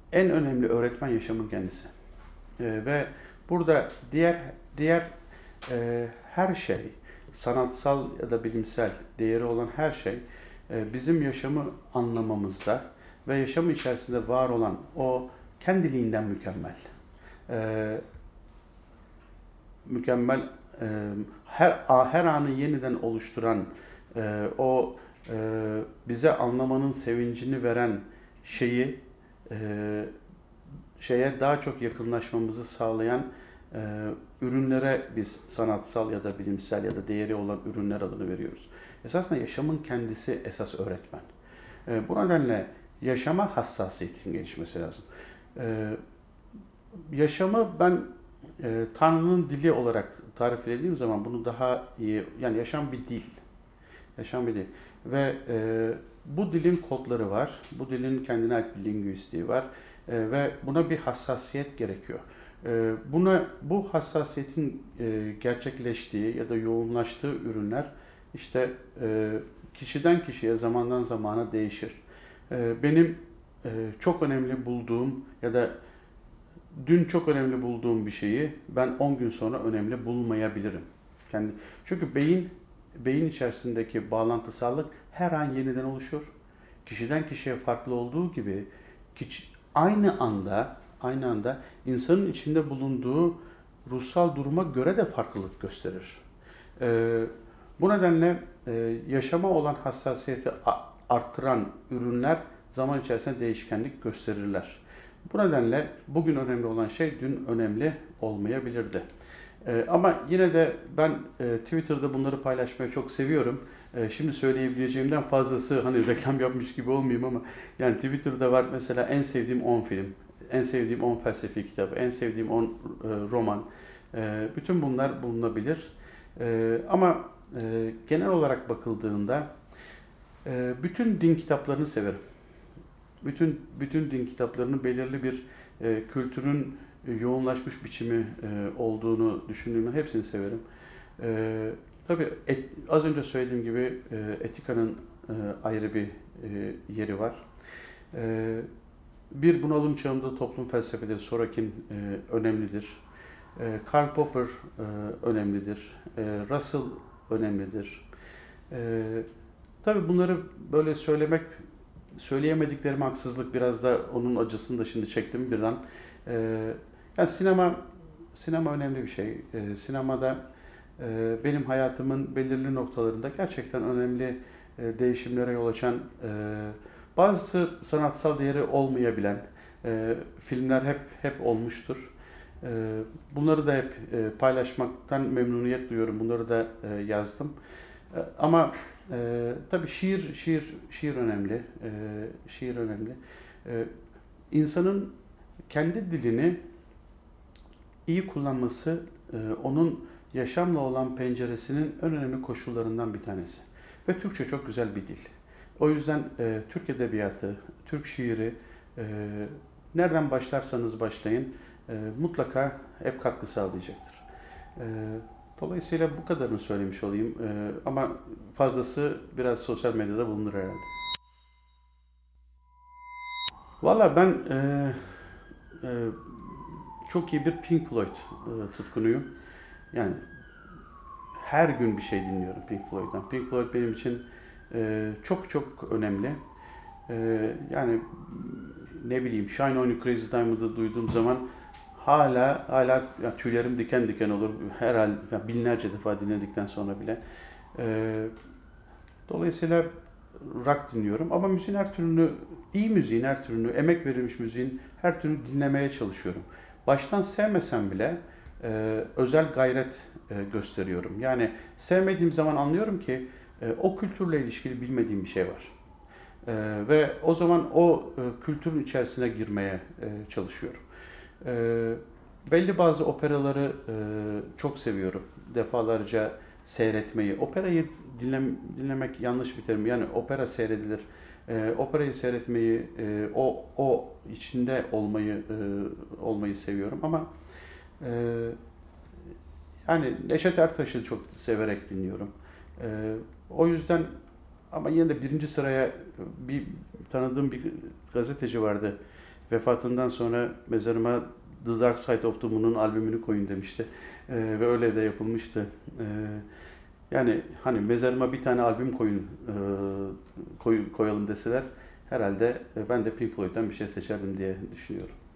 en önemli öğretmen yaşamın kendisi. Ve burada diğer her şey, sanatsal ya da bilimsel değeri olan her şey bizim yaşamı anlamamızda ve yaşamı içerisinde var olan o kendiliğinden mükemmel. E, Mükemmel, her anı yeniden oluşturan, o bize anlamanın sevincini veren şeyi e, şeye daha çok yakınlaşmamızı sağlayan ürünlere biz sanatsal ya da bilimsel ya da değeri olan ürünler adını veriyoruz. Esasında yaşamın kendisi esas öğretmen. Bu nedenle yaşama hassasiyetin gelişmesi lazım. E, Yaşamı ben Tanrı'nın dili olarak tarif edildiğim zaman bunu daha iyi, yani yaşam bir dil. Yaşam bir dil. Ve bu dilin kodları var. Bu dilin kendine ait bir lingüistiği var. Ve buna bir hassasiyet gerekiyor. Bu hassasiyetin gerçekleştiği ya da yoğunlaştığı ürünler işte kişiden kişiye, zamandan zamana değişir. Benim çok önemli bulduğum ya da dün çok önemli bulduğum bir şeyi ben 10 gün sonra önemli bulmayabilirim. Kendi, çünkü beyin içerisindeki bağlantısallık her an yeniden oluşur. Kişiden kişiye farklı olduğu gibi aynı anda insanın içinde bulunduğu ruhsal duruma göre de farklılık gösterir. Ee, Bu nedenle yaşama olan hassasiyeti arttıran ürünler zaman içerisinde değişkenlik gösterirler. Bu nedenle bugün önemli olan şey dün önemli olmayabilirdi. Ama yine de ben Twitter'da bunları paylaşmayı çok seviyorum. Şimdi söyleyebileceğimden fazlası, hani reklam yapmış gibi olmayayım ama yani Twitter'da var mesela en sevdiğim 10 film, en sevdiğim 10 felsefi kitap, en sevdiğim 10 roman. Bütün bunlar bulunabilir. Ama genel olarak bakıldığında bütün din kitaplarını severim. Bütün din kitaplarının belirli bir kültürün yoğunlaşmış biçimi olduğunu düşündüğümden hepsini severim. Tabii az önce söylediğim gibi etikanın ayrı bir yeri var. Bir bunalım çağında toplum felsefeleri Sorokin önemlidir. Karl Popper önemlidir. Russell önemlidir. Tabii bunları böyle söyleyemediklerime haksızlık, biraz da onun acısını da şimdi çektim birden. Yani sinema önemli bir şey. Sinemada benim hayatımın belirli noktalarında gerçekten önemli değişimlere yol açan, bazı sanatsal değeri olmayabilen filmler hep olmuştur. Bunları da hep paylaşmaktan memnuniyet duyuyorum. Bunları da yazdım. Ama tabii şiir önemli. Şiir önemli. İnsanın kendi dilini iyi kullanması onun yaşamla olan penceresinin en önemli koşullarından bir tanesi. Ve Türkçe çok güzel bir dil. O yüzden Türk edebiyatı, Türk şiiri nereden başlarsanız başlayın mutlaka hep katkı sağlayacaktır. Dolayısıyla bu kadarını söylemiş olayım. Ama fazlası biraz sosyal medyada bulunur herhalde. Valla ben e, çok iyi bir Pink Floyd tutkunuyum. Yani her gün bir şey dinliyorum Pink Floyd'dan. Pink Floyd benim için çok çok önemli. Yani ne bileyim, Shine On You Crazy Diamond'ı duyduğum zaman hala ya, tüylerim diken diken olur. Herhalde ya, binlerce defa dinledikten sonra bile. Ee, Dolayısıyla rock dinliyorum ama müziğin her türünü, iyi müziğin her türünü, emek verilmiş müziğin her türünü dinlemeye çalışıyorum. Baştan sevmesem bile özel gayret gösteriyorum. Yani sevmediğim zaman anlıyorum ki o kültürle ilişkili bilmediğim bir şey var. Ve o zaman o kültürün içerisine girmeye çalışıyorum. Belli bazı operaları çok seviyorum. Defalarca seyretmeyi. Operayı dinlemek yanlış bir terim. Yani opera seyredilir. Operayı seyretmeyi, o içinde olmayı seviyorum. Ama e, yani Neşet Ertaş'ı çok severek dinliyorum. O yüzden, ama yine de birinci sıraya bir tanıdığım bir gazeteci vardı. Vefatından sonra mezarıma The Dark Side of the Moon'un albümünü koyun demişti. Ve öyle de yapılmıştı. Yani hani mezarıma bir tane albüm koyun, koyalım deseler herhalde ben de Pink Floyd'dan bir şey seçerdim diye düşünüyorum.